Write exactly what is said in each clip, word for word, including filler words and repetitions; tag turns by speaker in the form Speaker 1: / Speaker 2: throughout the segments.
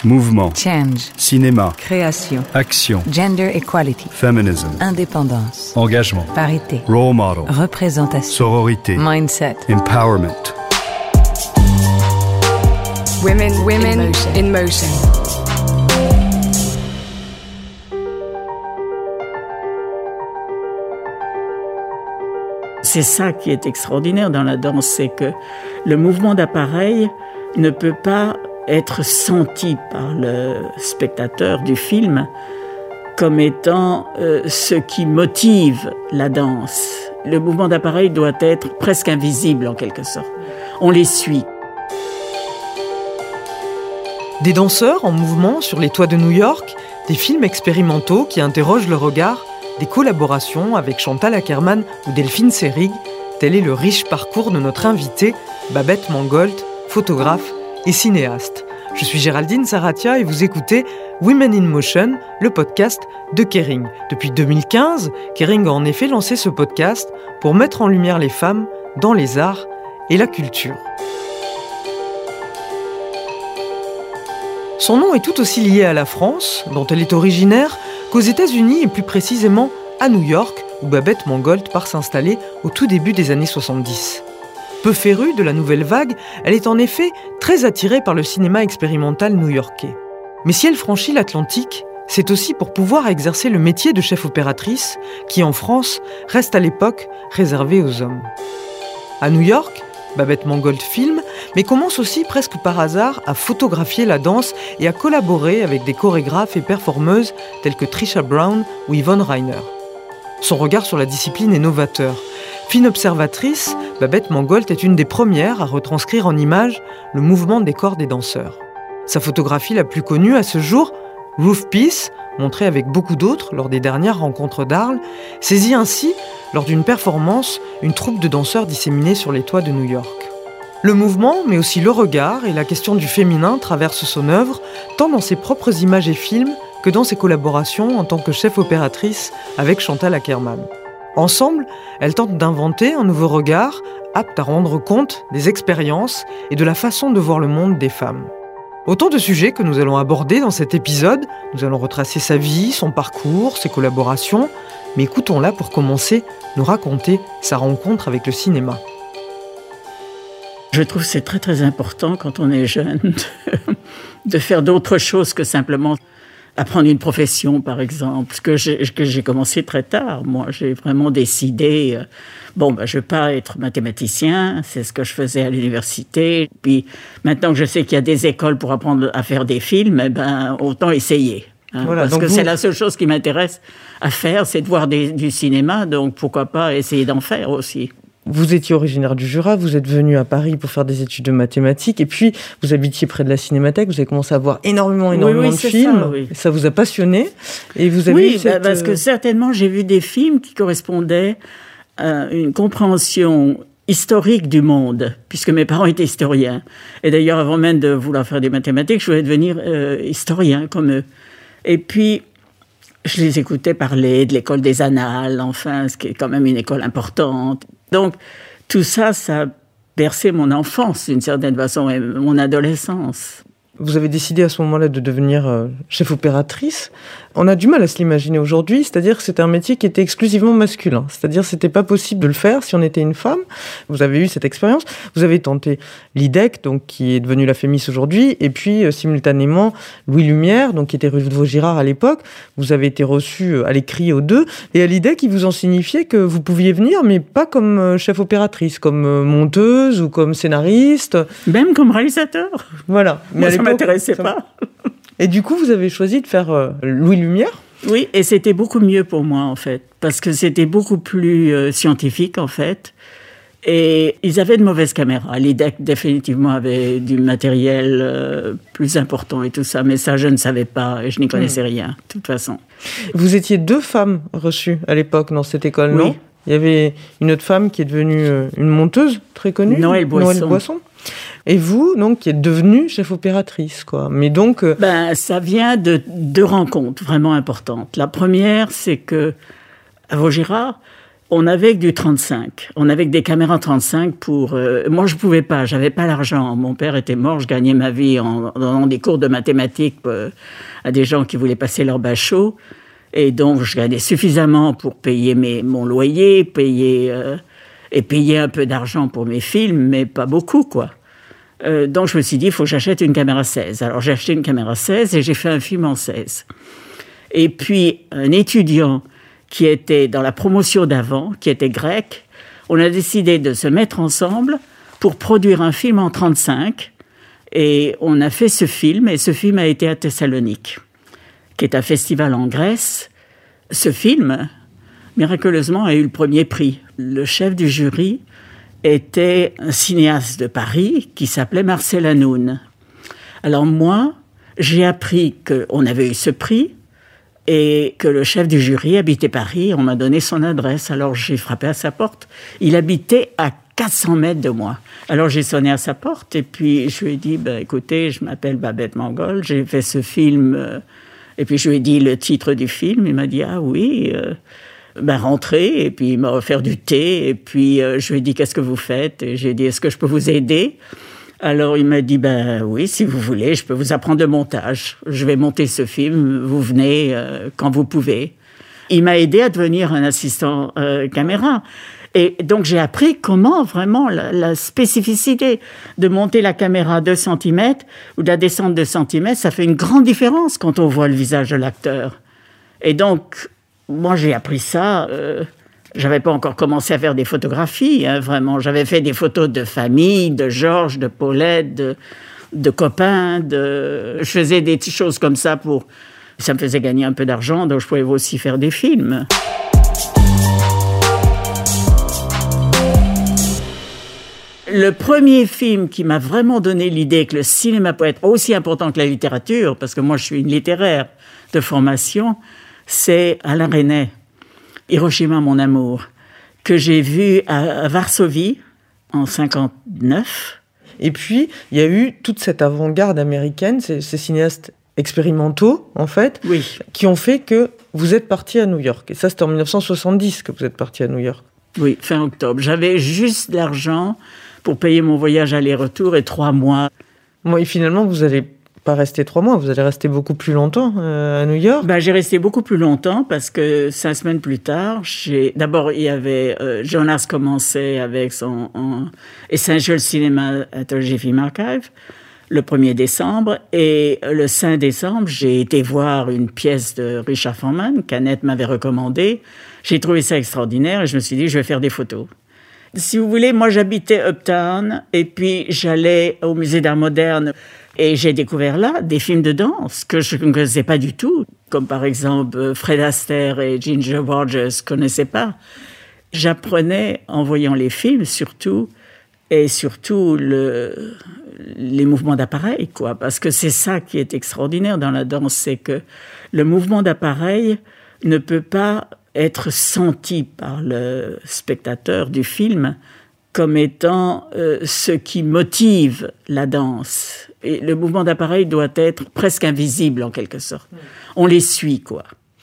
Speaker 1: Mouvement.
Speaker 2: Change.
Speaker 1: Cinéma.
Speaker 2: Création.
Speaker 1: Action.
Speaker 2: Gender equality.
Speaker 1: Feminism.
Speaker 2: Indépendance.
Speaker 1: Engagement.
Speaker 2: Parité.
Speaker 1: Role model.
Speaker 2: Représentation.
Speaker 1: Sororité.
Speaker 2: Mindset.
Speaker 1: Empowerment.
Speaker 3: Women, women in motion. In motion.
Speaker 4: C'est ça qui est extraordinaire dans la danse, c'est que le mouvement d'appareil ne peut pas être senti par le spectateur du film comme étant euh, ce qui motive la danse. Le mouvement d'appareil doit être presque invisible en quelque sorte. On les suit.
Speaker 5: Des danseurs en mouvement sur les toits de New York, des films expérimentaux qui interrogent le regard, des collaborations avec Chantal Akerman ou Delphine Seyrig, tel est le riche parcours de notre invitée, Babette Mangold, photographe et cinéaste. Je suis Géraldine Saratia et vous écoutez Women in Motion, le podcast de Kering. Depuis deux mille quinze, Kering a en effet lancé ce podcast pour mettre en lumière les femmes dans les arts et la culture. Son nom est tout aussi lié à la France, dont elle est originaire, qu'aux États-Unis et plus précisément à New York, où Babette Mangold part s'installer au tout début des années soixante-dix. Peu férue de la nouvelle vague, elle est en effet très attirée par le cinéma expérimental new-yorkais. Mais si elle franchit l'Atlantique, c'est aussi pour pouvoir exercer le métier de chef opératrice, qui en France reste à l'époque réservé aux hommes. À New York, Babette Mangold filme, mais commence aussi presque par hasard à photographier la danse et à collaborer avec des chorégraphes et performeuses telles que Trisha Brown ou Yvonne Rainer. Son regard sur la discipline est novateur. Fine observatrice, Babette Mangold est une des premières à retranscrire en images le mouvement des corps des danseurs. Sa photographie la plus connue à ce jour, Roof Peace, montrée avec beaucoup d'autres lors des dernières rencontres d'Arles, saisit ainsi, lors d'une performance, une troupe de danseurs disséminés sur les toits de New York. Le mouvement, mais aussi le regard et la question du féminin traversent son œuvre, tant dans ses propres images et films que dans ses collaborations en tant que chef opératrice avec Chantal Akerman. Ensemble, elles tentent d'inventer un nouveau regard, apte à rendre compte des expériences et de la façon de voir le monde des femmes. Autant de sujets que nous allons aborder dans cet épisode. Nous allons retracer sa vie, son parcours, ses collaborations. Mais écoutons-la pour commencer, nous raconter sa rencontre avec le cinéma.
Speaker 4: Je trouve que c'est très très important quand on est jeune de, de faire d'autres choses que simplement apprendre une profession, par exemple, ce que j'ai, que j'ai commencé très tard. Moi, j'ai vraiment décidé, euh, bon, ben, je ne veux pas être mathématicien, c'est ce que je faisais à l'université. Puis maintenant que je sais qu'il y a des écoles pour apprendre à faire des films, eh ben, autant essayer. Hein, voilà, parce que vous... c'est la seule chose qui m'intéresse à faire, c'est de voir des, du cinéma, donc pourquoi pas essayer d'en faire aussi.
Speaker 5: Vous étiez originaire du Jura, vous êtes venu à Paris pour faire des études de mathématiques, et puis vous habitiez près de la Cinémathèque, vous avez commencé à voir énormément, énormément oui, oui, de films, ça, oui. Ça vous a passionné, et vous avez
Speaker 4: oui,
Speaker 5: eu cette...
Speaker 4: parce que certainement j'ai vu des films qui correspondaient à une compréhension historique du monde, puisque mes parents étaient historiens. Et d'ailleurs, avant même de vouloir faire des mathématiques, je voulais devenir euh, historien comme eux. Et puis, je les écoutais parler de l'école des Annales, enfin, ce qui est quand même une école importante. Donc, tout ça, ça a bercé mon enfance, d'une certaine façon, et mon adolescence.
Speaker 5: Vous avez décidé à ce moment-là de devenir euh, chef opératrice. On a du mal à se l'imaginer aujourd'hui, c'est-à-dire que c'était un métier qui était exclusivement masculin. C'est-à-dire que c'était pas possible de le faire si on était une femme. Vous avez eu cette expérience. Vous avez tenté l'I D E C, donc, qui est devenu la Fémis aujourd'hui, et puis euh, simultanément Louis Lumière, donc, qui était rue de Vaugirard à l'époque. Vous avez été reçu à l'écrit aux deux. Et à l'I D E C, ils vous ont signifié que vous pouviez venir, mais pas comme euh, chef opératrice, comme euh, monteuse ou comme scénariste.
Speaker 4: Même comme réalisateur.
Speaker 5: Voilà.
Speaker 4: Mais Moi, ça ne m'intéressait ça... pas.
Speaker 5: Et du coup, vous avez choisi de faire euh, Louis Lumière ?
Speaker 4: Oui, et c'était beaucoup mieux pour moi, en fait, parce que c'était beaucoup plus euh, scientifique, en fait. Et ils avaient de mauvaises caméras. L'I D E C, définitivement, avait du matériel euh, plus important et tout ça, mais ça, je ne savais pas, et je n'y connaissais mmh. rien, de toute façon.
Speaker 5: Vous étiez deux femmes reçues à l'époque dans cette école, oui. non ? Il y avait une autre femme qui est devenue euh, une monteuse très connue,
Speaker 4: Noël Boisson.
Speaker 5: Noël Boisson. Et vous, donc, qui êtes devenue chef opératrice, quoi. Mais donc... Euh...
Speaker 4: Ben, ça vient de deux rencontres vraiment importantes. La première, c'est que, à Vaugirard, On avait que du trente-cinq. On avait que des caméras trente-cinq pour... Euh, moi, je pouvais pas. J'avais pas l'argent. Mon père était mort. Je gagnais ma vie en donnant des cours de mathématiques euh, à des gens qui voulaient passer leur bachot. Et donc, je gagnais suffisamment pour payer mes, mon loyer, payer, euh, et payer un peu d'argent pour mes films, mais pas beaucoup, quoi. Euh, donc, je me suis dit, il faut que j'achète une caméra seize. Alors, j'ai acheté une caméra seize et j'ai fait un film en seize. Et puis, un étudiant qui était dans la promotion d'avant, qui était grec, on a décidé de se mettre ensemble pour produire un film en trente-cinq. Et on a fait ce film, et ce film a été à Thessalonique, qui est un festival en Grèce. Ce film, miraculeusement, a eu le premier prix. Le chef du jury était un cinéaste de Paris qui s'appelait Marcel Hanoun. Alors moi, j'ai appris qu'on avait eu ce prix, et que le chef du jury habitait Paris. On m'a donné son adresse, alors j'ai frappé à sa porte. Il habitait à quatre cents mètres de moi. Alors j'ai sonné à sa porte, et puis je lui ai dit, bah, écoutez, je m'appelle Babette Mangold, j'ai fait ce film. Euh, et puis je lui ai dit le titre du film. Il m'a dit, ah oui, euh, ben rentrez. Et puis il m'a offert du thé, et puis euh, je lui ai dit, qu'est-ce que vous faites? Et j'ai dit, est-ce que je peux vous aider? Alors il m'a dit, ben oui, si vous voulez, je peux vous apprendre le montage. Je vais monter ce film, vous venez euh, quand vous pouvez. Il m'a aidé à devenir un assistant euh, caméra. Et donc j'ai appris comment vraiment la, la spécificité de monter la caméra à deux centimètres ou de la descendre de deux centimètres, ça fait une grande différence quand on voit le visage de l'acteur. Et donc, moi j'ai appris ça... Euh, J'avais pas encore commencé à faire des photographies, hein, vraiment. J'avais fait des photos de famille, de Georges, de Paulette, de, de copains. De... Je faisais des petites choses comme ça pour... Ça me faisait gagner un peu d'argent, donc je pouvais aussi faire des films. Le premier film qui m'a vraiment donné l'idée que le cinéma peut être aussi important que la littérature, parce que moi je suis une littéraire de formation, c'est Alain Resnais. Hiroshima, mon amour, que j'ai vu à Varsovie en cinquante-neuf.
Speaker 5: Et puis, il y a eu toute cette avant-garde américaine, ces, ces cinéastes expérimentaux, en fait,
Speaker 4: oui.
Speaker 5: qui ont fait que vous êtes parti à New York. Et ça, c'était en dix-neuf cent soixante-dix que vous êtes parti à New York.
Speaker 4: Oui, fin octobre. J'avais juste de l'argent pour payer mon voyage aller-retour et trois mois.
Speaker 5: Bon, et finalement, vous allez pas rester trois mois, vous allez rester beaucoup plus longtemps euh, à New York.
Speaker 4: Ben, j'ai resté beaucoup plus longtemps parce que cinq semaines plus tard, j'ai... d'abord, il y avait... Euh, Jonas commençait avec son en... Essential Cinema Anthology Film Archive le premier décembre, et le cinq décembre, j'ai été voir une pièce de Richard Foreman qu'Annette m'avait recommandée. J'ai trouvé ça extraordinaire et je me suis dit, je vais faire des photos. Si vous voulez, moi, j'habitais Uptown et puis j'allais au musée d'art moderne. Et j'ai découvert là des films de danse que je ne connaissais pas du tout, comme par exemple Fred Astaire et Ginger Rogers, je ne connaissais pas. J'apprenais en voyant les films surtout, et surtout le, les mouvements d'appareil, quoi, parce que c'est ça qui est extraordinaire dans la danse, c'est que le mouvement d'appareil ne peut pas être senti par le spectateur du film comme étant euh, ce qui motive la danse. Et le mouvement d'appareil doit être presque invisible, en quelque sorte. On les suit, quoi.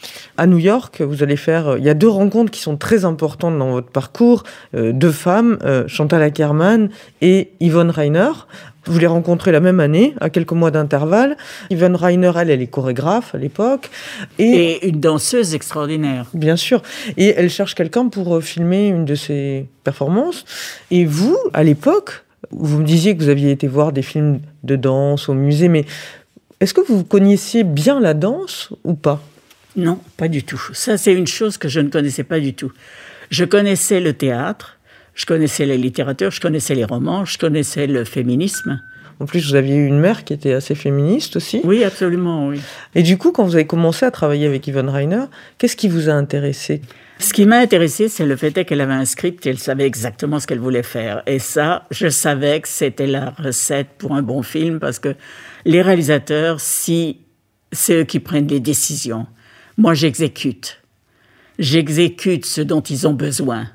Speaker 5: À New York, vous allez faire... Il y a deux rencontres qui sont très importantes dans votre parcours. Euh, deux femmes, euh, Chantal Akerman et Yvonne Rainer. Vous les rencontrez la même année, à quelques mois d'intervalle. Yvonne Rainer, elle, elle est chorégraphe à l'époque. Et,
Speaker 4: et une danseuse extraordinaire.
Speaker 5: Bien sûr. Et elle cherche quelqu'un pour filmer une de ses performances. Et vous, à l'époque, vous me disiez que vous aviez été voir des films de danse au musée, mais est-ce que vous connaissiez bien la danse ou pas ?
Speaker 4: Non, pas du tout. Ça, c'est une chose que je ne connaissais pas du tout. Je connaissais le théâtre, je connaissais la littérature, je connaissais les romans, je connaissais le féminisme.
Speaker 5: En plus, vous aviez eu une mère qui était assez féministe aussi.
Speaker 4: Oui, absolument, oui.
Speaker 5: Et du coup, quand vous avez commencé à travailler avec Yvonne Rainer, qu'est-ce qui vous a intéressé ?
Speaker 4: Ce qui m'a intéressé, c'est le fait qu'elle avait un script et elle savait exactement ce qu'elle voulait faire. Et ça, je savais que c'était la recette pour un bon film, parce que les réalisateurs, si c'est eux qui prennent les décisions, moi, j'exécute. J'exécute ce dont ils ont besoin.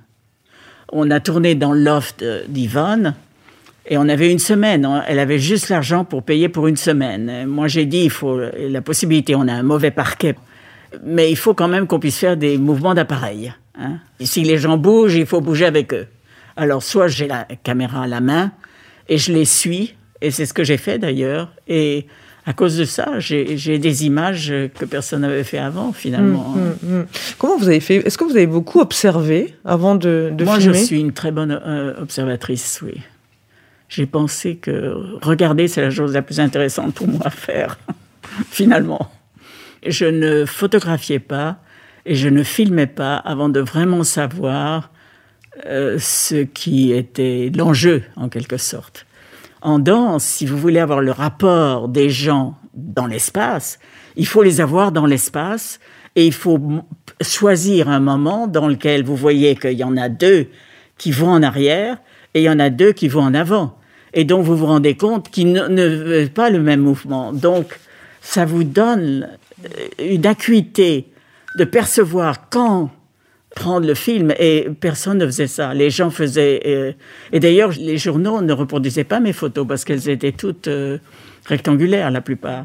Speaker 4: On a tourné dans le loft d'Yvonne et on avait une semaine. Elle avait juste l'argent pour payer pour une semaine. Moi, j'ai dit, il faut la possibilité. On a un mauvais parquet. Mais il faut quand même qu'on puisse faire des mouvements d'appareil. Hein. Et si les gens bougent, il faut bouger avec eux. Alors, soit j'ai la caméra à la main et je les suis, et c'est ce que j'ai fait d'ailleurs. Et à cause de ça, j'ai, j'ai des images que personne n'avait fait avant, finalement.
Speaker 5: Mmh, mmh, mmh. Comment vous avez fait ? Est-ce que vous avez beaucoup observé avant de, de
Speaker 4: Moi,
Speaker 5: filmer ?
Speaker 4: Moi, je suis une très bonne euh, observatrice, oui. J'ai pensé que regarder, c'est la chose la plus intéressante pour moi à faire, finalement. Je ne photographiais pas et je ne filmais pas avant de vraiment savoir euh, ce qui était l'enjeu, en quelque sorte. En danse, si vous voulez avoir le rapport des gens dans l'espace, il faut les avoir dans l'espace et il faut choisir un moment dans lequel vous voyez qu'il y en a deux qui vont en arrière et il y en a deux qui vont en avant. Et donc, vous vous rendez compte qu'ils ne, ne veulent pas le même mouvement. Donc, ça vous donne une acuité de percevoir quand prendre le film, et personne ne faisait ça. Les gens faisaient... Euh, et d'ailleurs, les journaux ne reproduisaient pas mes photos parce qu'elles étaient toutes euh, rectangulaires, la plupart.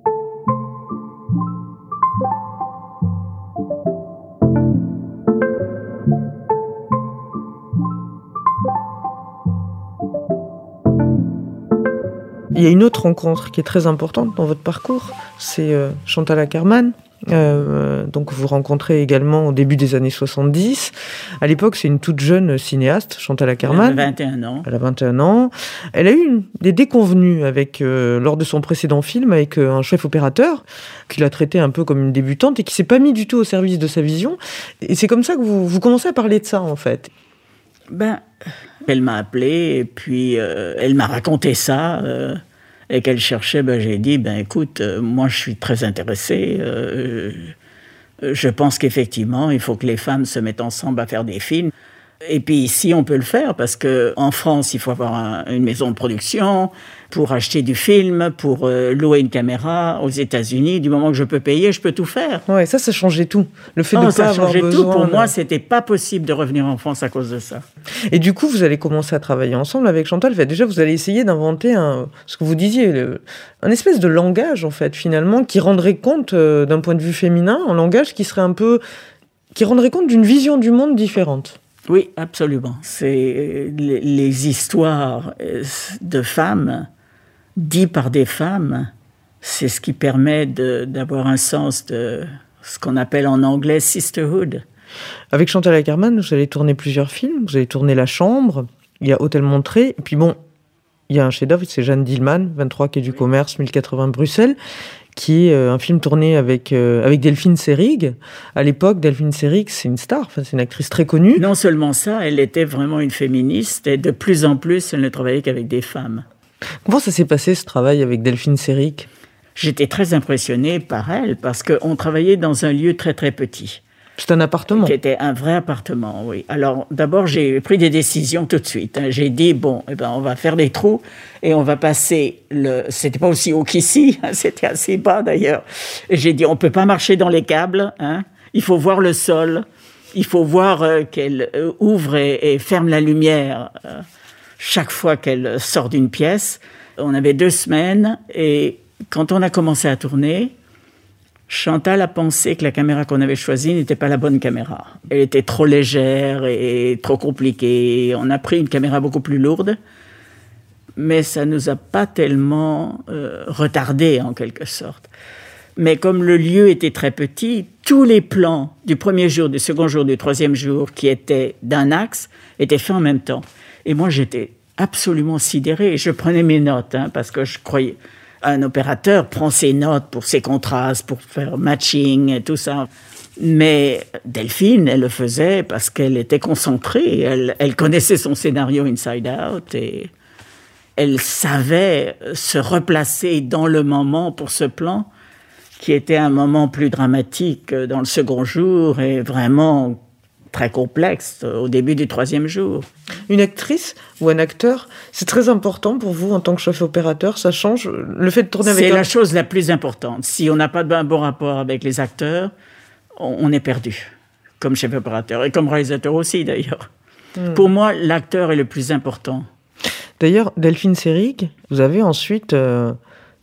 Speaker 5: Il y a une autre rencontre qui est très importante dans votre parcours, c'est euh, Chantal Akerman. Euh, donc vous rencontrez également au début des années soixante-dix. À l'époque, c'est une toute jeune cinéaste, Chantal Akerman.
Speaker 4: Elle a vingt et un ans.
Speaker 5: Elle a vingt et un ans. Elle a eu une, des déconvenues avec, euh, lors de son précédent film avec euh, un chef opérateur qui l'a traité un peu comme une débutante et qui s'est pas mis du tout au service de sa vision. Et c'est comme ça que vous, vous commencez à parler de ça, en fait.
Speaker 4: Ben, elle m'a appelé et puis euh, elle m'a raconté ça. Euh, et qu'elle cherchait, ben, j'ai dit, ben, écoute, euh, moi je suis très intéressée. Euh, je pense qu'effectivement, il faut que les femmes se mettent ensemble à faire des films. Et puis ici, on peut le faire parce qu'en France, il faut avoir un, une maison de production pour acheter du film, pour euh, louer une caméra. Aux États-Unis, du moment que je peux payer, je peux tout faire.
Speaker 5: Ouais, ça, ça changeait tout. Le fait
Speaker 4: oh,
Speaker 5: de
Speaker 4: ça
Speaker 5: pas avoir
Speaker 4: changeait
Speaker 5: besoin
Speaker 4: tout. Pour
Speaker 5: de...
Speaker 4: moi, c'était pas possible de revenir en France à cause de ça.
Speaker 5: Et du coup, vous allez commencer à travailler ensemble avec Chantal. Enfin, déjà, vous allez essayer d'inventer un, ce que vous disiez, le, un espèce de langage, en fait, finalement, qui rendrait compte, euh, d'un point de vue féminin, un langage qui serait un peu, qui rendrait compte d'une vision du monde différente.
Speaker 4: Oui, absolument. C'est les, les histoires de femmes dites par des femmes, c'est ce qui permet de, d'avoir un sens de ce qu'on appelle en anglais sisterhood.
Speaker 5: Avec Chantal Akerman, vous allez tourner plusieurs films. Vous allez tourner La Chambre, il y a Hôtel Montré, et puis bon, il y a un chef-d'œuvre, c'est Jeanne Dielman, vingt-trois quai du Commerce, mille quatre-vingts Bruxelles, qui est un film tourné avec, euh, avec Delphine Seyrig. À l'époque, Delphine Seyrig, c'est une star, enfin, c'est une actrice très connue.
Speaker 4: Non seulement ça, elle était vraiment une féministe, et de plus en plus, elle ne travaillait qu'avec des femmes.
Speaker 5: Comment ça s'est passé, ce travail avec Delphine Seyrig ?
Speaker 4: J'étais très impressionnée par elle, parce qu'on travaillait dans un lieu très très petit.
Speaker 5: C'est un appartement.
Speaker 4: Qui était un vrai appartement, oui. Alors, d'abord, j'ai pris des décisions tout de suite. Hein. J'ai dit, bon, eh ben, on va faire des trous et on va passer le... C'était pas aussi haut qu'ici, hein, c'était assez bas d'ailleurs. Et j'ai dit, on peut pas marcher dans les câbles, hein. Il faut voir le sol, il faut voir euh, qu'elle euh, ouvre et, et ferme la lumière euh, chaque fois qu'elle sort d'une pièce. On avait deux semaines et quand on a commencé à tourner, Chantal a pensé que la caméra qu'on avait choisie n'était pas la bonne caméra. Elle était trop légère et trop compliquée. On a pris une caméra beaucoup plus lourde, mais ça ne nous a pas tellement euh, retardés, en quelque sorte. Mais comme le lieu était très petit, tous les plans du premier jour, du second jour, du troisième jour, qui étaient d'un axe, étaient faits en même temps. Et moi, j'étais absolument sidérée. Je prenais mes notes, hein, parce que je croyais... Un opérateur prend ses notes pour ses contrastes, pour faire matching et tout ça. Mais Delphine, elle le faisait parce qu'elle était concentrée. Elle, elle connaissait son scénario inside out et elle savait se replacer dans le moment pour ce plan qui était un moment plus dramatique dans le second jour et vraiment très complexe au début du troisième jour.
Speaker 5: Une actrice ou un acteur, c'est très important pour vous en tant que chef opérateur, ça change le fait de tourner avec...
Speaker 4: C'est
Speaker 5: un...
Speaker 4: la chose la plus importante. Si on n'a pas de bon rapport avec les acteurs, on, on est perdu, comme chef opérateur et comme réalisateur aussi d'ailleurs. Hmm. Pour moi, l'acteur est le plus important.
Speaker 5: D'ailleurs, Delphine Seyrig, vous avez ensuite euh,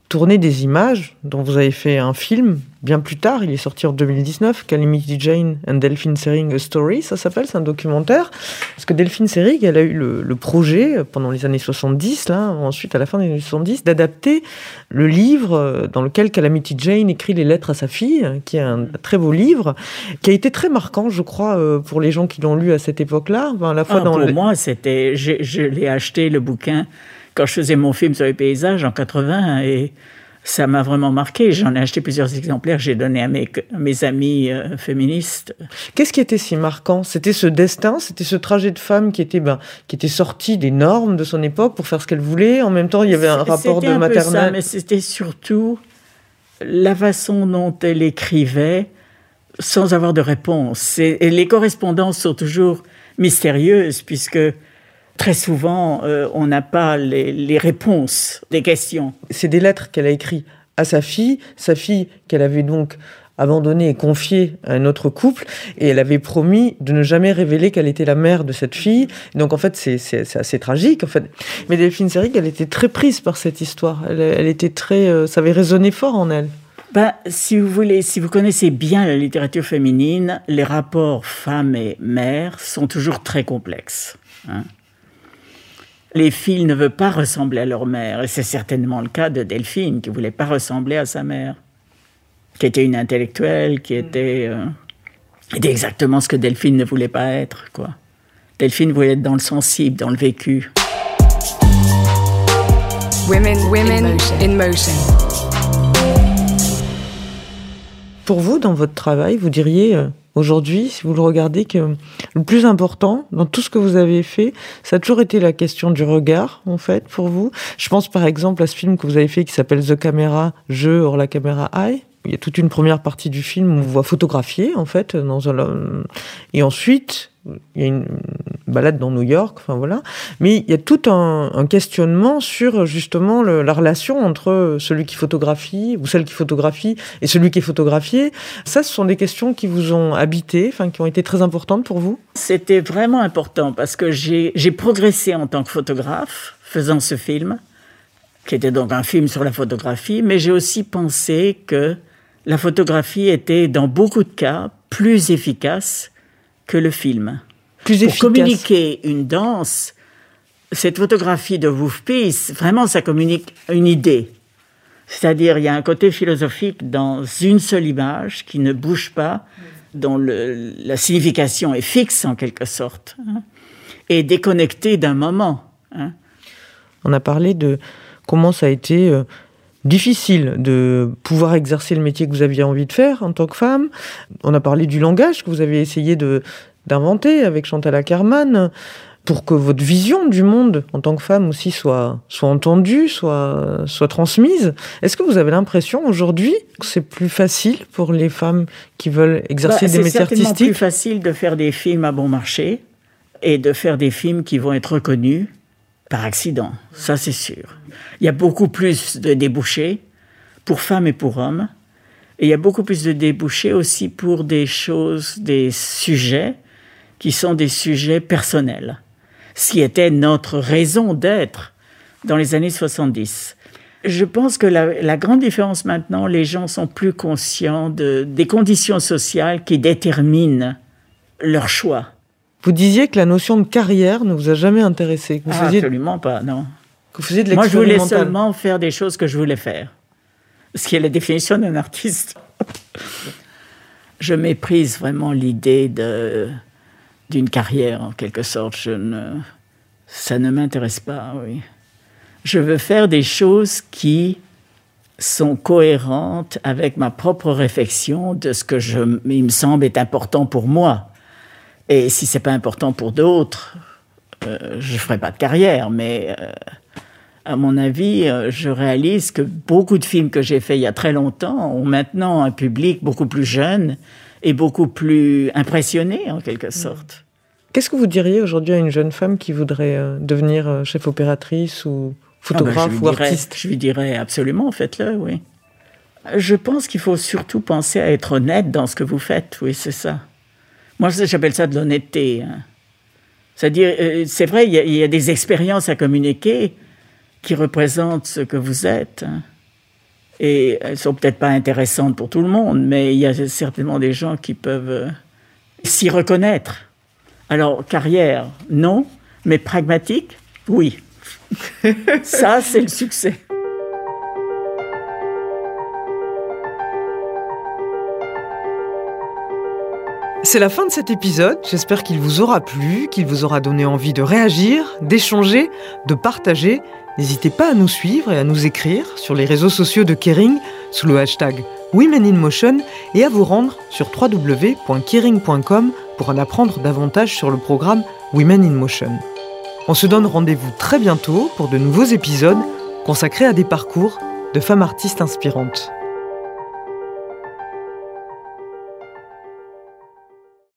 Speaker 5: tourné des images dont vous avez fait un film bien plus tard. Il est sorti en deux mille dix-neuf, Calamity Jane and Delphine Seyrig, A Story, ça s'appelle, c'est un documentaire. Parce que Delphine Seyrig, elle a eu le, le projet, pendant les années soixante-dix, là, ensuite à la fin des années soixante-dix, d'adapter le livre dans lequel Calamity Jane écrit les lettres à sa fille, qui est un très beau livre, qui a été très marquant, je crois, pour les gens qui l'ont lu à cette époque-là. À la fois
Speaker 4: ah,
Speaker 5: dans
Speaker 4: pour
Speaker 5: le...
Speaker 4: moi, c'était, je, je l'ai acheté, le bouquin, quand je faisais mon film sur les paysages en quatre-vingts, et ça m'a vraiment marqué. J'en ai acheté plusieurs exemplaires, j'ai donné à mes, à mes amis euh, féministes.
Speaker 5: Qu'est-ce qui était si marquant ? C'était ce destin, c'était ce trajet de femme qui était, ben, qui était sorti des normes de son époque pour faire ce qu'elle voulait. En même temps, il y avait un
Speaker 4: c'était
Speaker 5: rapport de
Speaker 4: un
Speaker 5: maternelle.
Speaker 4: Peu ça, mais c'était surtout la façon dont elle écrivait sans avoir de réponse. Et, et les correspondances sont toujours mystérieuses, puisque très souvent, euh, on n'a pas les, les réponses des questions.
Speaker 5: C'est des lettres qu'elle a écrites à sa fille, sa fille qu'elle avait donc abandonnée et confiée à un autre couple, et elle avait promis de ne jamais révéler qu'elle était la mère de cette fille. Donc en fait, c'est, c'est, c'est assez tragique. En fait. Mais Delphine Seyrig, elle était très prise par cette histoire. Elle, elle était très, euh, ça avait résonné fort en elle.
Speaker 4: Ben, si vous voulez, si vous connaissez bien la littérature féminine, les rapports femme et mère sont toujours très complexes. Hein. Les filles ne veulent pas ressembler à leur mère, et c'est certainement le cas de Delphine, qui ne voulait pas ressembler à sa mère, qui était une intellectuelle, qui était, euh, était exactement ce que Delphine ne voulait pas être, quoi. Delphine voulait être dans le sensible, dans le vécu.
Speaker 3: Women, women in motion. In motion.
Speaker 5: Pour vous, dans votre travail, vous diriez... Euh... Aujourd'hui, si vous le regardez, que le plus important dans tout ce que vous avez fait, ça a toujours été la question du regard, en fait, pour vous. Je pense par exemple à ce film que vous avez fait qui s'appelle The Camera, Je hors la caméra Eye. Il y a toute une première partie du film où on vous voit photographier, en fait, dans un... et ensuite, il y a une balade dans New York, enfin voilà. Mais il y a tout un, un questionnement sur, justement, le, la relation entre celui qui photographie, ou celle qui photographie, et celui qui est photographié. Ça, ce sont des questions qui vous ont habité, enfin, qui ont été très importantes pour vous?
Speaker 4: C'était vraiment important, parce que j'ai, j'ai progressé en tant que photographe, faisant ce film, qui était donc un film sur la photographie, mais j'ai aussi pensé que la photographie était, dans beaucoup de cas, plus efficace que le film.
Speaker 5: Plus
Speaker 4: efficace. Pour communiquer une danse, cette photographie de Wolf Peace, vraiment, ça communique une idée. C'est-à-dire, il y a un côté philosophique dans une seule image qui ne bouge pas, dont le, la signification est fixe, en quelque sorte, hein, et déconnectée d'un moment. Hein.
Speaker 5: On a parlé de comment ça a été... Euh, difficile de pouvoir exercer le métier que vous aviez envie de faire en tant que femme. On a parlé du langage que vous avez essayé de, d'inventer avec Chantal Akerman pour que votre vision du monde en tant que femme aussi soit, soit entendue, soit, soit transmise. Est-ce que vous avez l'impression aujourd'hui que c'est plus facile pour les femmes qui veulent exercer bah, des métiers artistiques ?
Speaker 4: C'est certainement plus facile de faire des films à bon marché et de faire des films qui vont être reconnus par accident, ça c'est sûr. Il y a beaucoup plus de débouchés pour femmes et pour hommes. Et il y a beaucoup plus de débouchés aussi pour des choses, des sujets qui sont des sujets personnels. Ce qui était notre raison d'être dans les années soixante-dix. Je pense que la, la grande différence maintenant, les gens sont plus conscients de, des conditions sociales qui déterminent leur choix.
Speaker 5: Vous disiez que la notion de carrière ne vous a jamais intéressé.
Speaker 4: Ah, faisiez... Absolument pas, non.
Speaker 5: Que vous faisiez de
Speaker 4: Moi, je voulais
Speaker 5: l'expérimental.
Speaker 4: seulement faire des choses que je voulais faire. Ce qui est la définition d'un artiste. Je méprise vraiment l'idée de, d'une carrière, en quelque sorte. Je ne, ça ne m'intéresse pas, oui. Je veux faire des choses qui sont cohérentes avec ma propre réflexion de ce que je, il me semble est important pour moi. Et si c'est pas important pour d'autres, euh, je ferai pas de carrière. Mais euh, à mon avis, euh, je réalise que beaucoup de films que j'ai faits il y a très longtemps ont maintenant un public beaucoup plus jeune et beaucoup plus impressionné, en quelque sorte.
Speaker 5: Qu'est-ce que vous diriez aujourd'hui à une jeune femme qui voudrait euh, devenir euh, chef opératrice ou photographe ah ben, ou
Speaker 4: dirais,
Speaker 5: artiste ?
Speaker 4: Je lui dirais absolument, faites-le, oui. Je pense qu'il faut surtout penser à être honnête dans ce que vous faites, oui, c'est ça. Moi, j'appelle ça de l'honnêteté. Hein. C'est-à-dire, euh, c'est vrai, il y, y a des expériences à communiquer qui représentent ce que vous êtes. Hein. Et elles ne sont peut-être pas intéressantes pour tout le monde, mais il y a certainement des gens qui peuvent s'y reconnaître. Alors, carrière, non, mais pragmatique, oui. Ça, c'est le succès.
Speaker 5: C'est la fin de cet épisode. J'espère qu'il vous aura plu, qu'il vous aura donné envie de réagir, d'échanger, de partager. N'hésitez pas à nous suivre et à nous écrire sur les réseaux sociaux de Kering sous le hashtag Women in Motion et à vous rendre sur w w w point kering point com pour en apprendre davantage sur le programme Women in Motion. On se donne rendez-vous très bientôt pour de nouveaux épisodes consacrés à des parcours de femmes artistes inspirantes.